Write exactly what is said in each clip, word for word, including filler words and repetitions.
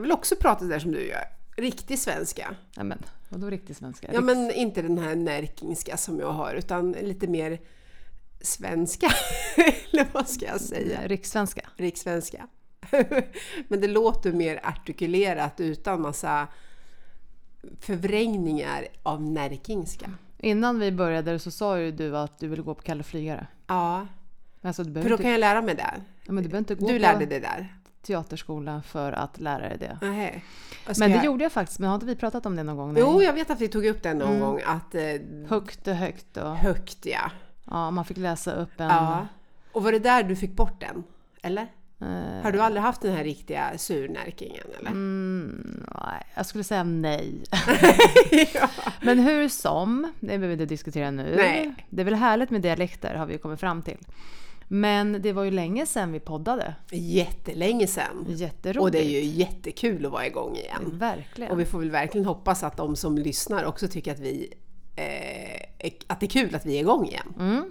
väl också prata där som du gör. Riktig svenska. Ja, men vadå riktig svenska? Ja, men inte den här närkingska som jag har, utan lite mer svenska. Eller vad ska jag säga? Rikssvenska. Rikssvenska. Men det låter mer artikulerat utan massa förvrängningar av närkingska. Innan vi började så sa ju du att du ville gå på Kalle Flygare. Ja, alltså, du för då inte... kan jag lära mig det. Ja, men du behöver inte gå du på lärde det där. teaterskola för att lära dig det. Nej. Men det jag... gjorde jag faktiskt, men har inte vi pratat om det någon gång? Nej. Jo, jag vet att vi tog upp det någon mm. gång. Att, eh... Högt och högt. Och... Högt, ja. Ja, man fick läsa upp en... Ja. Och var det där du fick bort den? Eller? Uh... Har du aldrig haft den här riktiga surnärkingen, eller? Mm, nej, jag skulle säga nej. Ja. Men hur som, det behöver vi inte diskutera nu. Nej. Det är väl härligt med dialekter, har vi kommit fram till. Men det var ju länge sedan vi poddade. Jättelänge sedan. Jätteroligt. Och det är ju jättekul att vara igång igen. Verkligen. Och vi får väl verkligen hoppas att de som lyssnar också tycker att vi eh, att det är kul att vi är igång igen. Mm.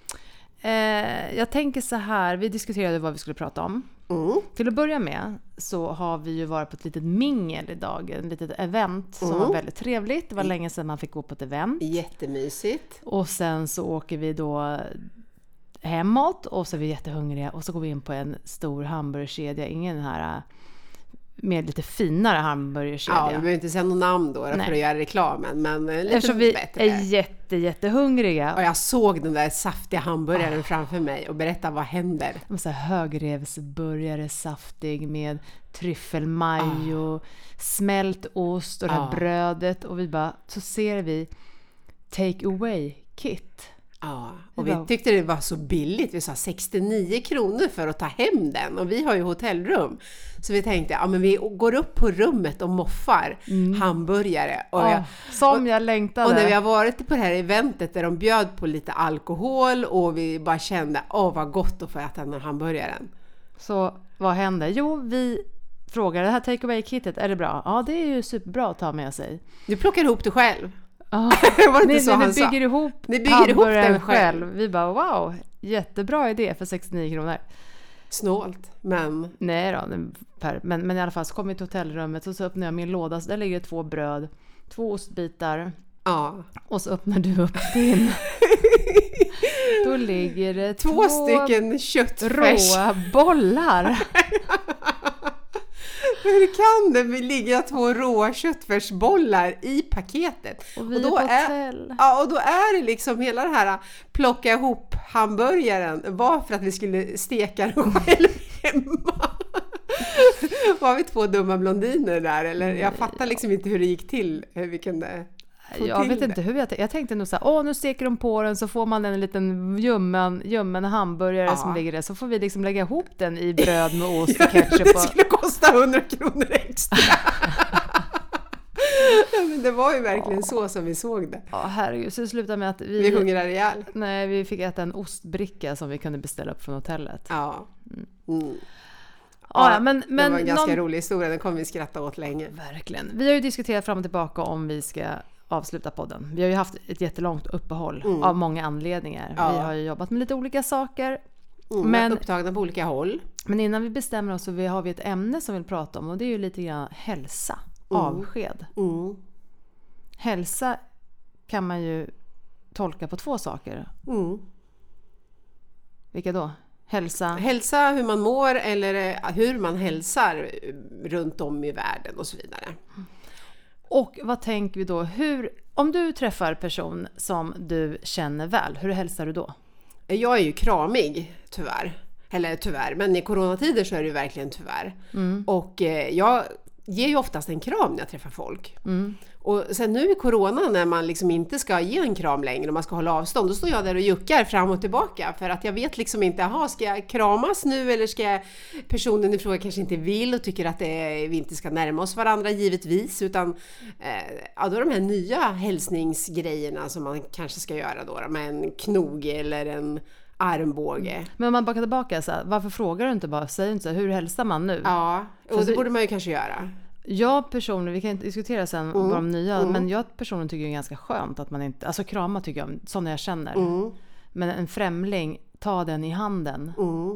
Eh, jag tänker så här, vi diskuterade vad vi skulle prata om. Mm. Till att börja med så har vi ju varit på ett litet mingel idag, ett litet event som mm. var väldigt trevligt. Det var länge sedan man fick gå på ett event. Jättemysigt. Och sen så åker vi då hemåt och så är vi jättehungriga och så går vi in på en stor hamburgerkedja, ingen den här med lite finare hamburgerkedja. Ja, vi behöver inte säga någon namn då Nej. för att göra reklamen, men lite Eftersom vi bättre. är jätte, jättehungriga. Och jag såg den där saftiga hamburgaren oh. framför mig och berätta vad händer. En så här högrevsburgare, saftig med tryffelmajo, oh. smält ost och det här oh. brödet. Och vi bara, så ser vi take away kit. Ja, och vi tyckte det var så billigt. Vi sa sextionio kronor för att ta hem den. Och vi har ju hotellrum. Så vi tänkte, ja men vi går upp på rummet och moffar mm. hamburgare. Och oh, jag, som och, jag längtade. Och när vi har varit på det här eventet där de bjöd på lite alkohol. Och vi bara kände, åh oh, vad gott att få äta den här hamburgaren. Så vad hände? Jo, vi frågade, det här take away kittet, är det bra? Ja, det är ju superbra att ta med sig. Du plockar ihop det själv. Oh. Var det ni, inte så ni, han ni bygger sa? ihop ni bygger ihop den själv. själv. Vi bara, wow, jättebra idé för sextionio kronor. Snålt, men... Nej då, per, men, men i alla fall så kom vi till hotellrummet och så öppnar jag min låda. Så där ligger det två bröd, två ostbitar. Ja. Och så öppnar du upp din. Då ligger det två, två stycken köttfärs. Råa bollar. Hur kan det ligga två råa köttfärsbollar i paketet? Och vi och då är på är, hotell. Ja, och då är det liksom hela det här plocka ihop hamburgaren var för att vi skulle steka den själv hemma. Var vi två dumma blondiner där? Eller jag fattar liksom inte hur det gick till. Hur vi kunde... Jag vet inte hur jag tänkte. Jag tänkte nog så här, åh nu steker de på den så får man en liten ljummen, ljummen hamburgare ja. som ligger där. Så får vi liksom lägga ihop den i bröd med ost och ketchup. Det skulle kosta hundra kronor extra. Ja, men det var ju verkligen ja. så som vi såg det. Ja, herregud. Så det slutade med att vi... Vi hungrar ihjäl. Nej, vi fick äta en ostbricka som vi kunde beställa upp från hotellet. Ja. Mm. Ja, ja, men, men det var en ganska någon... rolig historia. Den kommer vi skratta åt länge. Verkligen. Vi har ju diskuterat fram och tillbaka om vi ska avsluta podden. Vi har ju haft ett jättelångt uppehåll mm. av många anledningar. Ja. Vi har ju jobbat med lite olika saker. Mm, men upptagna på olika håll. Men innan vi bestämmer oss så har vi ett ämne som vi vill prata om. Och det är ju lite grann hälsa. Mm. Avsked. Mm. Hälsa kan man ju tolka på två saker. Mm. Vilka då? Hälsa. Hälsa, hur man mår eller hur man hälsar runt om i världen och så vidare. Och vad tänker vi då? Hur, om du träffar person som du känner väl, hur hälsar du då? Jag är ju kramig, tyvärr. Eller tyvärr, men i coronatider så är det ju verkligen tyvärr. Mm. Och eh, jag ger ju oftast en kram när jag träffar folk. Mm. Och sen nu i corona när man liksom inte ska ge en kram längre och man ska hålla avstånd, då står jag där och juckar fram och tillbaka för att jag vet liksom inte, aha, ska jag kramas nu eller ska jag, personen i fråga kanske inte vill och tycker att det är, vi inte ska närma oss varandra givetvis, utan eh, ja, då är de här nya hälsningsgrejerna som man kanske ska göra då med en knog eller en armbåge. Men om man backar tillbaka så här, varför frågar du inte bara, säger inte så här, hur hälsar man nu? Ja, och det så, borde man ju kanske göra. Jag personligen, vi kan inte diskutera sen mm. vad de nya, mm. men jag personligen tycker det är ganska skönt att man inte, alltså krama tycker jag, sådana jag känner. Mm. Men en främling, ta den i handen. Mm.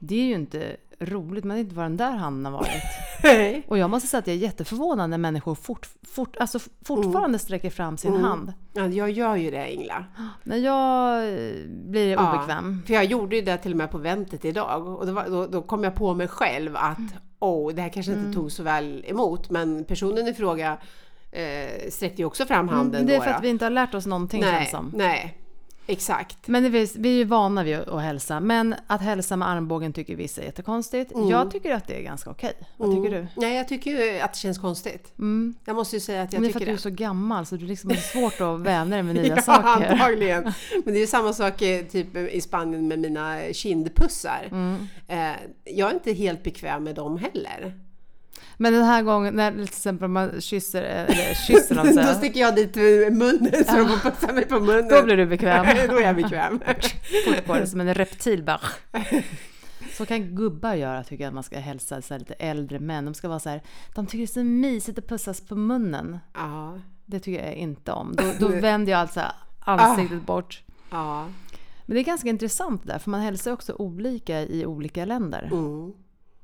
Det är ju inte roligt, man vet inte var den där handen har varit. Och jag måste säga att jag är jätteförvånad när människor fort, fort, alltså fortfarande mm. sträcker fram sin mm. hand. Ja, jag gör ju det, Ingela. När jag blir obekväm. Ja, för jag gjorde ju det till och med på ventet idag. Och då, var, då, då kom jag på mig själv att mm. oh, det här kanske inte mm. tog så väl emot. Men personen i fråga eh, sträckte ju också fram handen. Mm, det är då, för då. att vi inte har lärt oss någonting. Nej, som. nej. Exakt. Men det, vi är ju vana vid att hälsa. Men att hälsa med armbågen tycker vissa är jättekonstigt. Mm. Jag tycker att det är ganska okej. Vad mm. tycker du? Nej, jag tycker ju att det känns konstigt. Mm. Jag måste ju säga att jag men tycker det. det. är för att du är så gammal så du liksom har svårt att vänja dig med nya ja, saker. Antagligen. Men det är ju samma sak typ i Spanien med mina kindpussar. Mm. Eh, jag är inte helt bekväm med dem heller. Men den här gången när till exempel man kysser eller kysser någon så här. Då sticker jag dit munnen så de får pussa mig på munnen. Då blir du bekväm. Då är jag bekväm. Fort på det som en reptil bara. Så kan gubbar göra, tycker jag, att man ska hälsa så här lite äldre män. De ska vara så här, de tycker det är så mysigt att pussas på munnen. Ja. Det tycker jag inte om. Då, då vänder jag alltså ansiktet ah. bort. Ja. Men det är ganska intressant där, för man hälsar också olika i olika länder. Mm.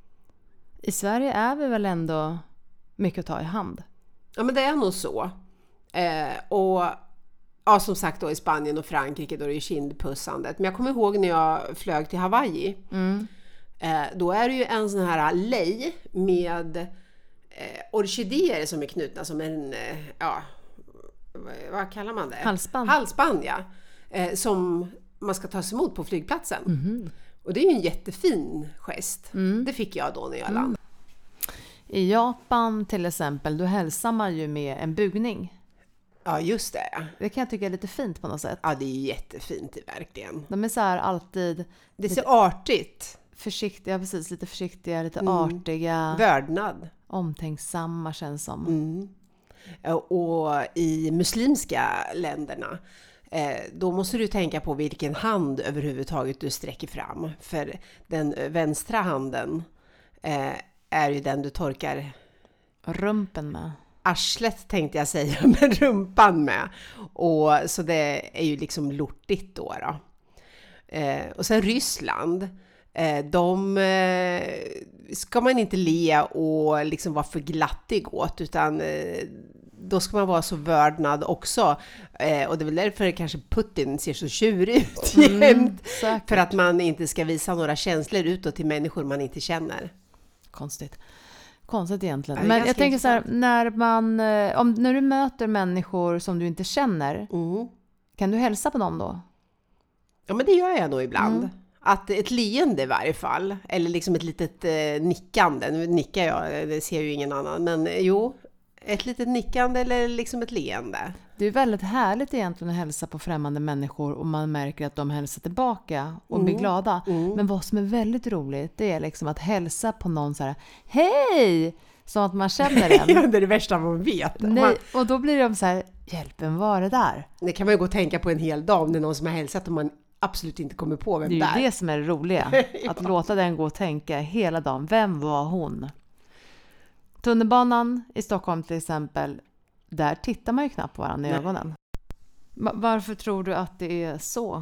I Sverige är vi väl ändå mycket att ta i hand. Ja, men det är nog så. Eh, och ja, som sagt då i Spanien och Frankrike då är det ju kindpussandet. Men jag kommer ihåg när jag flög till Hawaii. Mm. Eh, då är det ju en sån här lej med eh, orkidéer som är knutna som en, eh, ja, vad kallar man det? Halsband. Halsband, ja. Eh, som man ska tas emot på flygplatsen. Mm. Och det är ju en jättefin gest. Mm. Det fick jag då när jag landade. I Japan till exempel, då hälsar man ju med en bugning. Ja, just det. Det kan jag tycka är lite fint på något sätt. Ja, det är jättefint verkligen. De är så här alltid... Det är så artigt. Försiktiga, precis. Lite försiktiga, lite mm. artiga. Vördnad. Omtänksamma känns som. Mm. Och i muslimska länderna, då måste du tänka på vilken hand överhuvudtaget du sträcker fram. För den vänstra handen är ju den du torkar rumpen med. Arslet tänkte jag säga, men rumpan med. Och så det är ju liksom lortigt då. då. Eh, och sen Ryssland, eh, de eh, ska man inte le och liksom vara för glattig åt, utan eh, då ska man vara så vördnad också. Eh, och det är väl därför kanske Putin ser så tjurig ut mm, jämt. För att man inte ska visa några känslor utåt till människor man inte känner. Konstigt. Konstigt egentligen. Men jag tänker så här, när man om när du möter människor som du inte känner, mm. kan du hälsa på dem då? Ja, men det gör jag nog ibland. Mm. Att ett leende i varje fall, eller liksom ett litet eh, nickande. Nu nickar jag, det ser ju ingen annan, men jo, ett litet nickande eller liksom ett leende. Det är väldigt härligt egentligen att hälsa på främmande människor och man märker att de hälsar tillbaka och mm. blir glada. Mm. Men vad som är väldigt roligt, det är liksom att hälsa på någon så här, hej! Som att man känner den. Ja, det är det värsta man vet. Nej, man... och då blir de så här, hjälpen var det där. Det kan man ju gå och tänka på en hel dag om det är någon som har hälsat och man absolut inte kommer på vem det är. Det är ju det som är det roliga. ja. Att låta den gå och tänka hela dagen, vem var hon? Tunnelbanan i Stockholm till exempel, där tittar man ju knappt på varandra i Nej. ögonen. Varför tror du att det är så?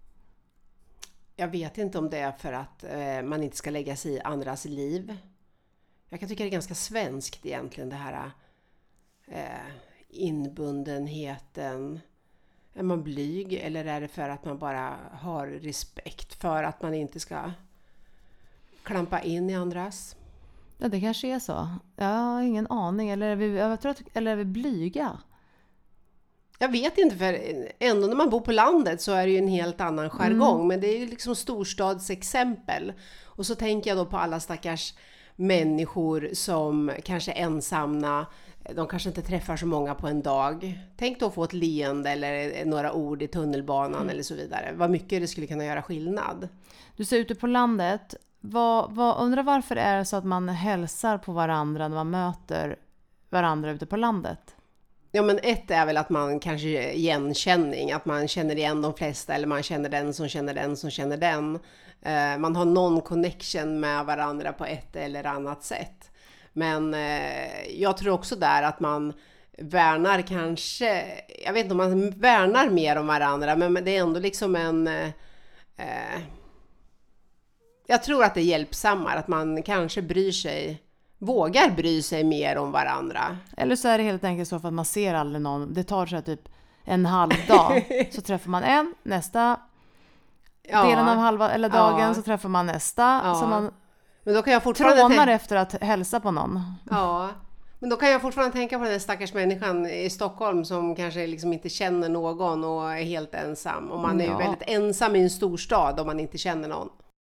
Jag vet inte om det är för att eh, man inte ska lägga sig i andras liv. Jag kan tycka det är ganska svenskt egentligen, det här eh, inbundenheten. Är man blyg eller är det för att man bara har respekt för att man inte ska klampa in i andras? Ja, det kanske är så. Jag har ingen aning. Eller är vi, jag tror att, eller är vi blyga? Jag vet inte, för ändå när man bor på landet så är det ju en helt annan jargong. Mm. Men det är ju liksom storstadsexempel. Och så tänker jag då på alla stackars människor som kanske är ensamma. De kanske inte träffar så många på en dag. Tänk då att få ett leende eller några ord i tunnelbanan mm. eller så vidare. Vad mycket det skulle kunna göra skillnad. Du ser ute på landet. Vad, vad, undrar varför är det så att man hälsar på varandra när man möter varandra ute på landet? Ja, men ett är väl att man kanske igenkänning, att man känner igen de flesta eller man känner den som känner den som känner den. Eh, man har någon connection med varandra på ett eller annat sätt. Men eh, jag tror också där att man värnar kanske, jag vet inte om man värnar mer om varandra, men det är ändå liksom en... Eh, Jag tror att det är hjälpsammare, att man kanske bryr sig, vågar bry sig mer om varandra. Eller så är det helt enkelt så för att man ser aldrig någon. Det tar så här typ en halv dag. Så träffar man en, nästa ja. delen av halva eller dagen ja. så träffar man nästa. Ja. Så man Men då kan jag fortfarande trånar tänka... efter att hälsa på någon. Ja, men då kan jag fortfarande tänka på den här stackars människan i Stockholm som kanske liksom inte känner någon och är helt ensam. Och man är ja. ju väldigt ensam i en storstad om man inte känner någon.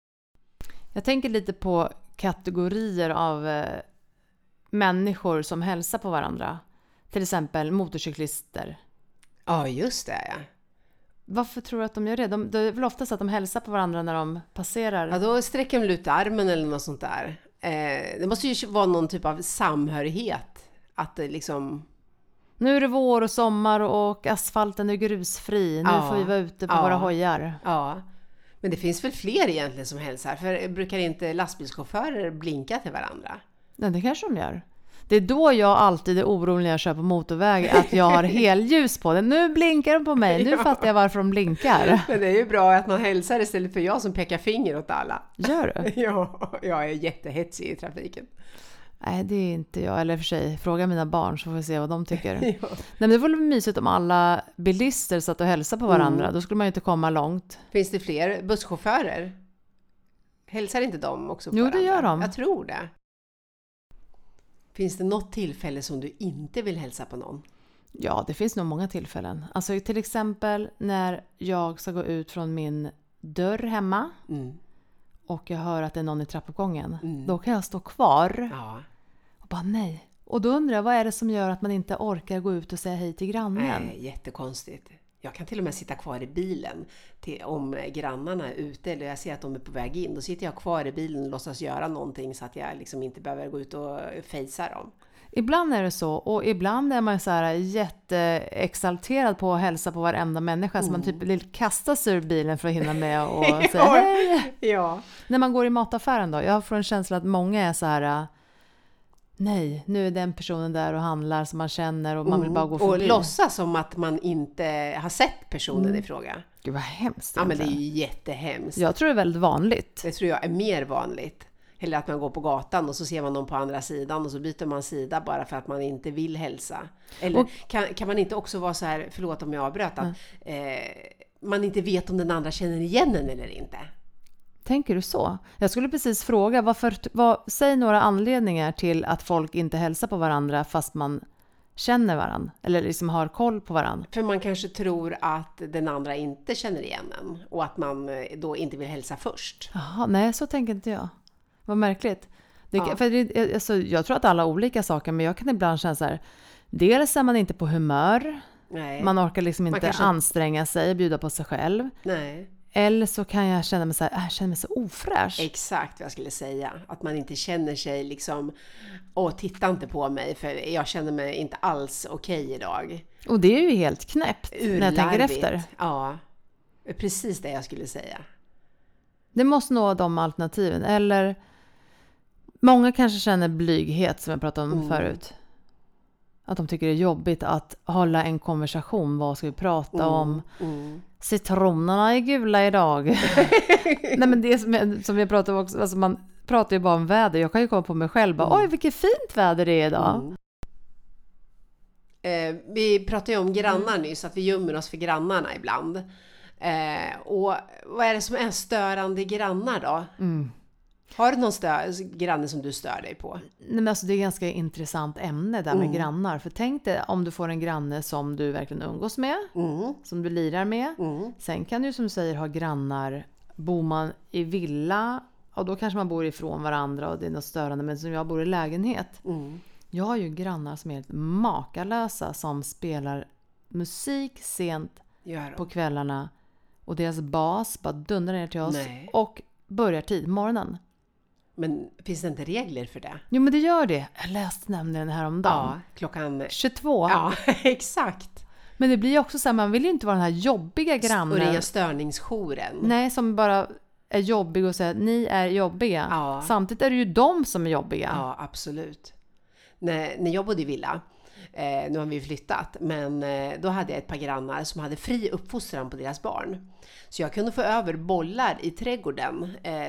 Jag tänker lite på kategorier av eh, människor som hälsar på varandra. Till exempel motorcyklister. Ja, just det. Ja. Varför tror du att de gör det? De, det är väl oftast att de hälsar på varandra när de passerar. Ja, då sträcker de ut armen eller något sånt där. Eh, det måste ju vara någon typ av samhörighet. Att det liksom... Nu är det vår och sommar och asfalten är grusfri. Nu ja. får vi vara ute på ja. våra hojar. Ja, men det finns väl fler egentligen som hälsar. För brukar inte lastbilschaufförer blinka till varandra? Ja, det kanske de gör. Det är då jag alltid är orolig när jag kör på motorväg att jag har helljus på det. Nu blinkar de på mig. Nu ja. fattar jag varför de blinkar. Men det är ju bra att man hälsar istället för jag som pekar finger åt alla. Gör du? Ja, jag är jättehetsig i trafiken. Nej, det är inte jag. Eller för sig, fråga mina barn så får vi se vad de tycker. ja. Nej, men det vore mysigt om alla bilister satt och hälsade på varandra. Mm. Då skulle man ju inte komma långt. Finns det fler busschaufförer? Hälsar inte de också på jo, varandra? Jo, det gör de. Jag tror det. Finns det något tillfälle som du inte vill hälsa på någon? Ja, det finns nog många tillfällen. Alltså till exempel när jag ska gå ut från min dörr hemma mm. och jag hör att det är någon i trappuppgången. Mm. Då kan jag stå kvar ja. och bara nej. Och då undrar jag, vad är det som gör att man inte orkar gå ut och säga hej till grannen? Nej, jättekonstigt. Jag kan till och med sitta kvar i bilen till, om grannarna är ute eller jag ser att de är på väg in. Då sitter jag kvar i bilen och låtsas göra någonting så att jag liksom inte behöver gå ut och fejsa dem. Ibland är det så och ibland är man så här jätteexalterad på att hälsa på varenda människa mm. så man typ vill kasta sig ur bilen för att hinna med och säga hej. Ja. När man går i mataffären då, jag får en känsla att många är så här... Nej, nu är den personen där och handlar som man känner och man vill bara gå förbi. Och låtsas som att man inte har sett personen mm. i fråga. Gud vad hemskt. Ja, men det är ju jättehemskt. Jag tror det är väldigt vanligt. Det tror jag är mer vanligt. Eller att man går på gatan och så ser man någon på andra sidan och så byter man sida bara för att man inte vill hälsa. Eller och, kan, kan man inte också vara så här, förlåt om jag avbröt, att mm. eh, man inte vet om den andra känner igen en eller inte. Tänker du så? Jag skulle precis fråga, varför, vad, säg några anledningar till att folk inte hälsar på varandra fast man känner varandra. Eller liksom har koll på varandra. För man kanske tror att den andra inte känner igen en. Och att man då inte vill hälsa först. Jaha, nej så tänker inte jag. Vad märkligt. Det, ja. för det, alltså, jag tror att alla har olika saker, men jag kan ibland känna så här. Dels är man inte på humör. Nej. Man orkar liksom inte kanske... anstränga sig, bjuda på sig själv. Nej. Eller så kan jag känna mig så här, jag känner mig så ofräsch. Exakt vad jag skulle säga. Att man inte känner sig liksom, åh titta inte på mig för jag känner mig inte alls okej idag. Och det är ju helt knäppt Urlarvigt. När jag tänker efter. Ja, precis det jag skulle säga. Det måste nå de alternativen. Eller många kanske känner blyghet som jag pratade om mm. förut. Att de tycker det är jobbigt att hålla en konversation. Vad ska vi prata mm. om? Mm. Citronerna är gula idag. Nej men det som, jag, som jag pratade om också. Alltså man pratar ju bara om väder. Jag kan ju komma på mig själv. Bara, mm. oj vilket fint väder det är idag. Mm. Eh, vi pratade ju om grannar nyss. Att vi gömmer oss för grannarna ibland. Eh, och vad är det som är störande grannar då? Mm. Har du någon stö- granne som du stör dig på? Nej, men alltså det är ett ganska intressant ämne där med mm. grannar. För tänk dig om du får en granne som du verkligen umgås med. Mm. Som du lirar med. Mm. Sen kan du som du säger ha grannar. Bor man i villa. Och då kanske man bor ifrån varandra och det är något störande. Men som jag bor i lägenhet. Mm. Jag har ju grannar som är helt makalösa. Som spelar musik sent på kvällarna. Och deras bas bara dundrar ner till oss. Nej. Och börjar tid, morgonen. Men finns det inte regler för det? Jo, men det gör det. Jag läste nämligen häromdagen. Ja, klockan tjugotvå. Ja, exakt. Men det blir ju också så här, man vill ju inte vara den här jobbiga grannen. Och det är störningsjouren. Nej, som bara är jobbig och säger ni är jobbiga. Ja. Samtidigt är det ju de som är jobbiga. Ja, absolut. När, när jag bodde i villa, eh, nu har vi flyttat, men eh, då hade jag ett par grannar som hade fri uppfostran på deras barn. Så jag kunde få över bollar i trädgården eh,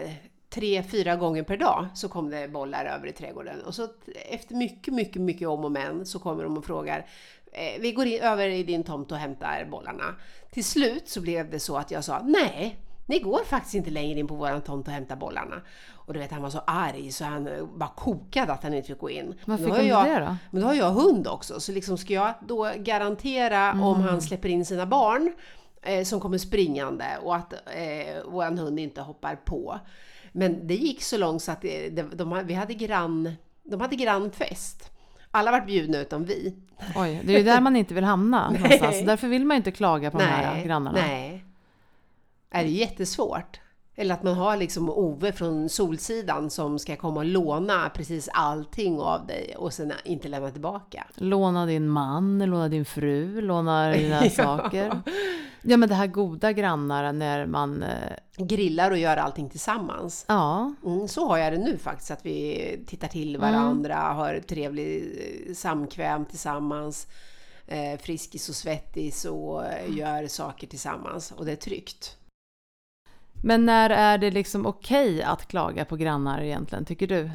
tre, fyra gånger per dag så kom det bollar över i trädgården. Och så efter mycket, mycket, mycket om och men så kommer de och frågar, eh, vi går in, över i din tomt och hämtar bollarna. Till slut så blev det så att jag sa, nej, ni går faktiskt inte längre in på våran tomt och hämtar bollarna. Och du vet, han var så arg så han bara kokade att han inte fick gå in. Vad fick han jag, det då? Men då har jag hund också, så liksom ska jag då garantera mm. om han släpper in sina barn eh, som kommer springande och att eh, våran hund inte hoppar på. Men det gick så långt så att det, de, de, vi hade grann, de hade grannfest. Alla var bjudna utom vi. Oj, det är ju där man inte vill hamna någonstans. Därför vill man inte klaga på nej, de här grannarna. Nej, är det jättesvårt. Eller att man har liksom Ove från Solsidan som ska komma och låna precis allting av dig och sen inte lämna tillbaka. Låna din man, låna din fru, låna dina ja. saker. Ja, men det här goda grannar när man eh... grillar och gör allting tillsammans. Ja. Mm, så har jag det nu faktiskt, att vi tittar till varandra, mm. har trevlig samkväm tillsammans, eh, friskis och svettis och mm. gör saker tillsammans och det är tryggt. Men när är det liksom okej att klaga på grannar egentligen, tycker du?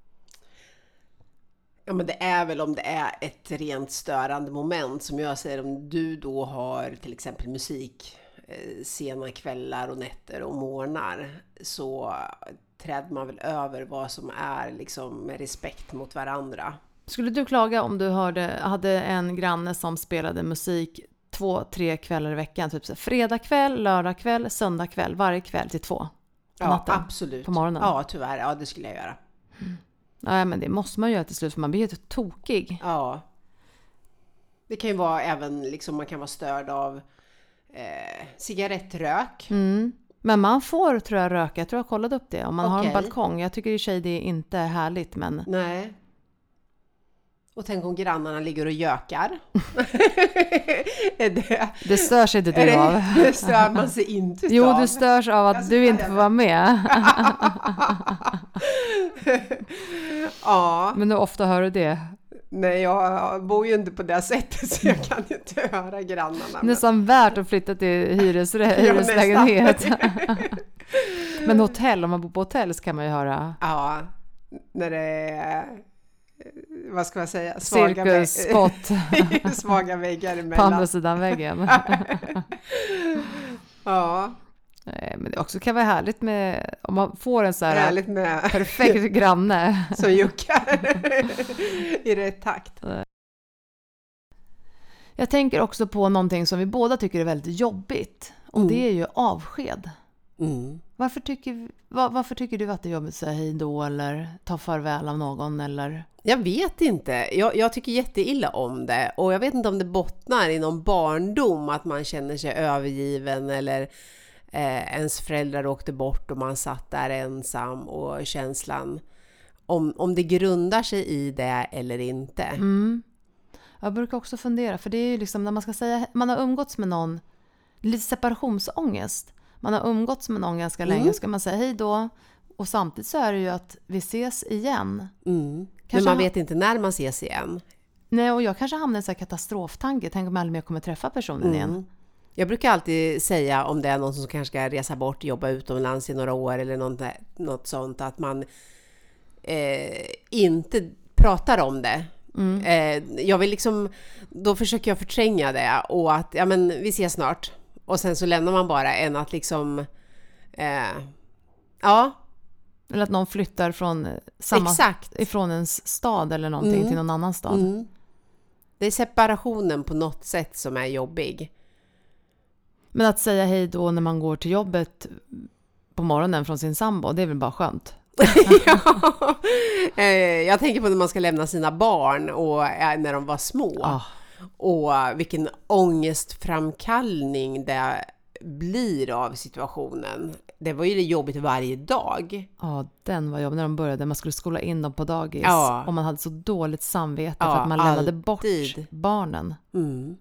Ja, men det är väl om det är ett rent störande moment, som jag säger, om du då har till exempel musik eh, sena kvällar och nätter och morgnar, så träder man väl över vad som är liksom respekt mot varandra. Skulle du klaga om du hörde, hade en granne som spelade musik två, tre kvällar i veckan, typ så fredag kväll, lördag kväll, söndag kväll, varje kväll till två på natten? Ja, absolut. På morgonen? Ja, tyvärr. Ja, det skulle jag göra. Mm. Ja, men det måste man göra till slut, för man blir helt tokig. Ja. Det kan ju vara även, liksom, man kan vara störd av eh, cigarettrök. Mm. Men man får, tror jag, röka. Jag tror jag kollade upp det. Om man okay. har en balkong. Jag tycker i sig det inte är härligt, men... Nej. Och tänk om grannarna ligger och gökar. det, det stör sig inte du av. Det stör man sig inte jo, av. Du störs av att du inte får vara med. ja. Men hur ofta hör du det? Nej, jag bor ju inte på det sättet, så jag kan ju inte höra grannarna. Men... Nästan värt att flytta till hyresrä- hyreslägenhet. Men hotell, om man bor på hotell så kan man ju höra. Ja, när det är... vad ska jag säga? Svaga cirkusskott. Vä- svaga väggar emellan. På andra sidan väggen. ja. Nej, men det också kan vara härligt med, om man får en så här härligt med perfekt granne. som juckar i rätt takt. Jag tänker också på någonting som vi båda tycker är väldigt jobbigt. Och mm. det är ju avsked. Mm. Varför, tycker, var, varför tycker du att det är jobbigt att säga hej då eller ta farväl av någon? Eller? Jag vet inte. Jag, jag tycker jätteilla om det. Och jag vet inte om det bottnar i någon barndom, att man känner sig övergiven eller eh, ens föräldrar åkte bort och man satt där ensam, och känslan om, om det grundar sig i det eller inte. Mm. Jag brukar också fundera, för det är ju liksom när man ska säga, man har umgåtts med någon, lite separationsångest. Man har umgåtts med någon ganska länge, mm. ska man säga hej då. Och samtidigt så är det ju att vi ses igen. Mm. Men man vet inte när man ses igen. Nej, och jag kanske hamnar i en sån här katastroftanke. Tänk om jag aldrig mer kommer träffa personen mm. igen. Jag brukar alltid säga, om det är någon som kanske ska resa bort, jobba utomlands i några år eller något, något sånt, att man eh, inte pratar om det. Mm. Eh, jag vill liksom, då försöker jag förtränga det, och att ja, men vi ses snart. Och sen så lämnar man bara, än att liksom eh, ja. Eller att någon flyttar från samma, Exakt. ifrån en stad eller någonting mm. till någon annan stad. Mm. Det är separationen på något sätt som är jobbig. Men att säga hej då när man går till jobbet på morgonen från sin sambo, det är väl bara skönt? ja. eh, jag tänker på när man ska lämna sina barn och eh, när de var små. Oh. Och vilken ångestframkallning det blir av situationen. Det var ju jobbigt varje dag. Ja, den var jobbig när de började. Man skulle skola in dem på dagis. Ja. Och man hade så dåligt samvete ja, för att man lämnade alltid. bort barnen. Mm.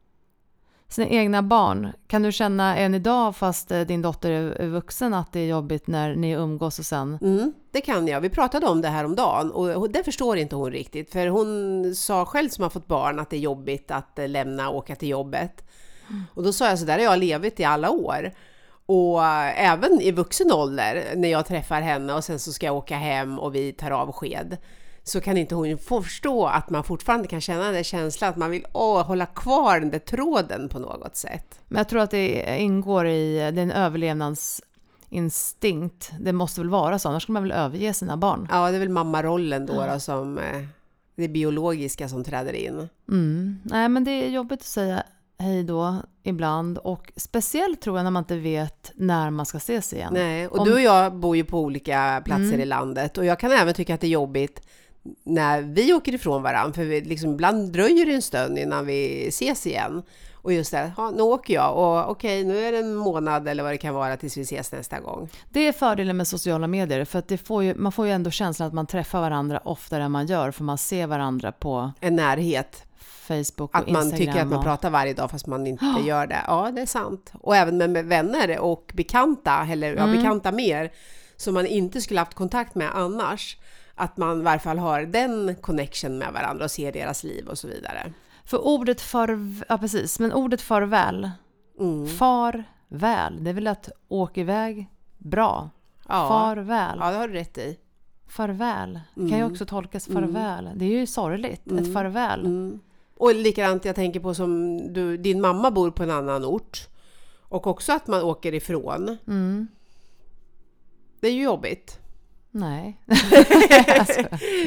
Sina egna barn. Kan du känna än idag, fast din dotter är vuxen, att det är jobbigt när ni umgås och sen? Mm, det kan jag. Vi pratade om det här om dagen, och det förstår inte hon riktigt. För hon sa själv, som har fått barn, att det är jobbigt att lämna och åka till jobbet. Mm. Och då sa jag, så där har jag levt i alla år. Och även i vuxen ålder, när jag träffar henne och sen så ska jag åka hem och vi tar avsked, så kan inte hon förstå att man fortfarande kan känna den känslan att man vill åh, hålla kvar den där tråden på något sätt. Men jag tror att det ingår i den överlevnadsinstinkt. Det måste väl vara så, annars ska man väl överge sina barn. Ja, det är väl mammarollen då, då som eh, det biologiska som träder in. Mm. Nej, men det är jobbigt att säga hej då ibland, och speciellt tror jag när man inte vet när man ska ses igen. Nej, och Om... du och jag bor ju på olika platser Mm. i landet, och jag kan även tycka att det är jobbigt när vi åker ifrån varandra, för vi, liksom, ibland dröjer det en stund innan vi ses igen. Och just det, ja, nu åker jag och okej, nu är det en månad eller vad det kan vara tills vi ses nästa gång. Det är fördelen med sociala medier, för att det får ju, man får ju ändå känslan att man träffar varandra oftare än man gör, för man ser varandra på En närhet. Facebook och Att man Instagram. tycker att man och... pratar varje dag fast man inte gör det. Ja, det är sant. Och även med, med vänner och bekanta, eller ja, Mm. bekanta mer, som man inte skulle haft kontakt med annars. Att man i varje fall har den connection med varandra och ser deras liv och så vidare. För ordet farväl, ja precis, men ordet farväl, Mm. farväl, det är väl att åka iväg bra. Ja. Farväl. Ja, det har du rätt i. Farväl. Mm. Kan ju också tolkas farväl. Det är ju sorgligt, Mm. ett farväl. Mm. Och likadant jag tänker på som du, din mamma bor på en annan ort. Och också att man åker ifrån. Mm. Det är ju jobbigt. Nej. Alltså.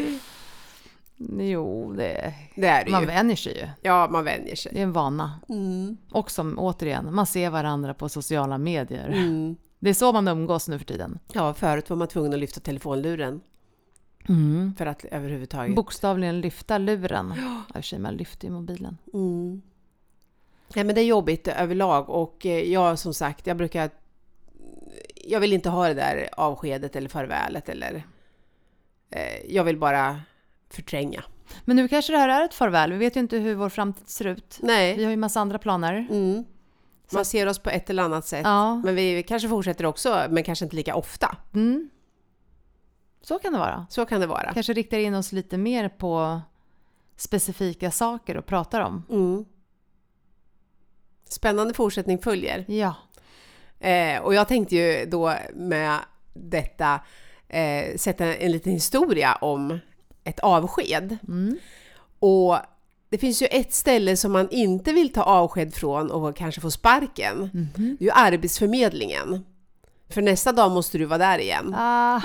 Jo, det, Det är det man ju. vänjer sig ju. Ja, man vänjer sig. Det är en vana. Mm. Och som återigen, man ser varandra på sociala medier. Mm. Det är så man umgås nu för tiden. Ja, förut var man tvungen att lyfta telefonluren Mm. för att överhuvudtaget. Bokstavligen lyfta luren. Ja. I och för sig, man lyfter ju mobilen. Mm. Nej, men det är jobbigt överlag, och eh, jag som sagt, jag brukar jag vill inte ha det där avskedet eller farvälet eller eh, jag vill bara förtränga. Men nu kanske det här är ett farväl. Vi vet ju inte hur vår framtid ser ut. Nej. Vi har ju massa andra planer. Mm. Man Så- ser oss på ett eller annat sätt. Ja. Men vi kanske fortsätter också, men kanske inte lika ofta. Mm. Så kan det vara. Så kan det vara. Kanske riktar in oss lite mer på specifika saker och pratar om. Mm. Spännande fortsättning följer. Ja. Eh, och jag tänkte ju då med detta eh, sätta en liten historia om ett avsked. Mm. Och det finns ju ett ställe som man inte vill ta avsked från och kanske få sparken. Mm-hmm. Det är ju Arbetsförmedlingen. För nästa dag måste du vara där igen. Ah.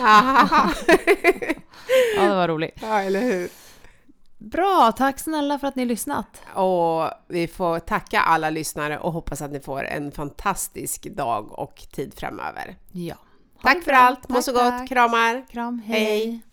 Ja, det var roligt. Ja, eller hur? Bra, tack snälla för att ni har lyssnat. Och vi får tacka alla lyssnare och hoppas att ni får en fantastisk dag och tid framöver. Ja. Tack för allt, må Tack, så gott, tack. kramar! Kram, hej. Hej.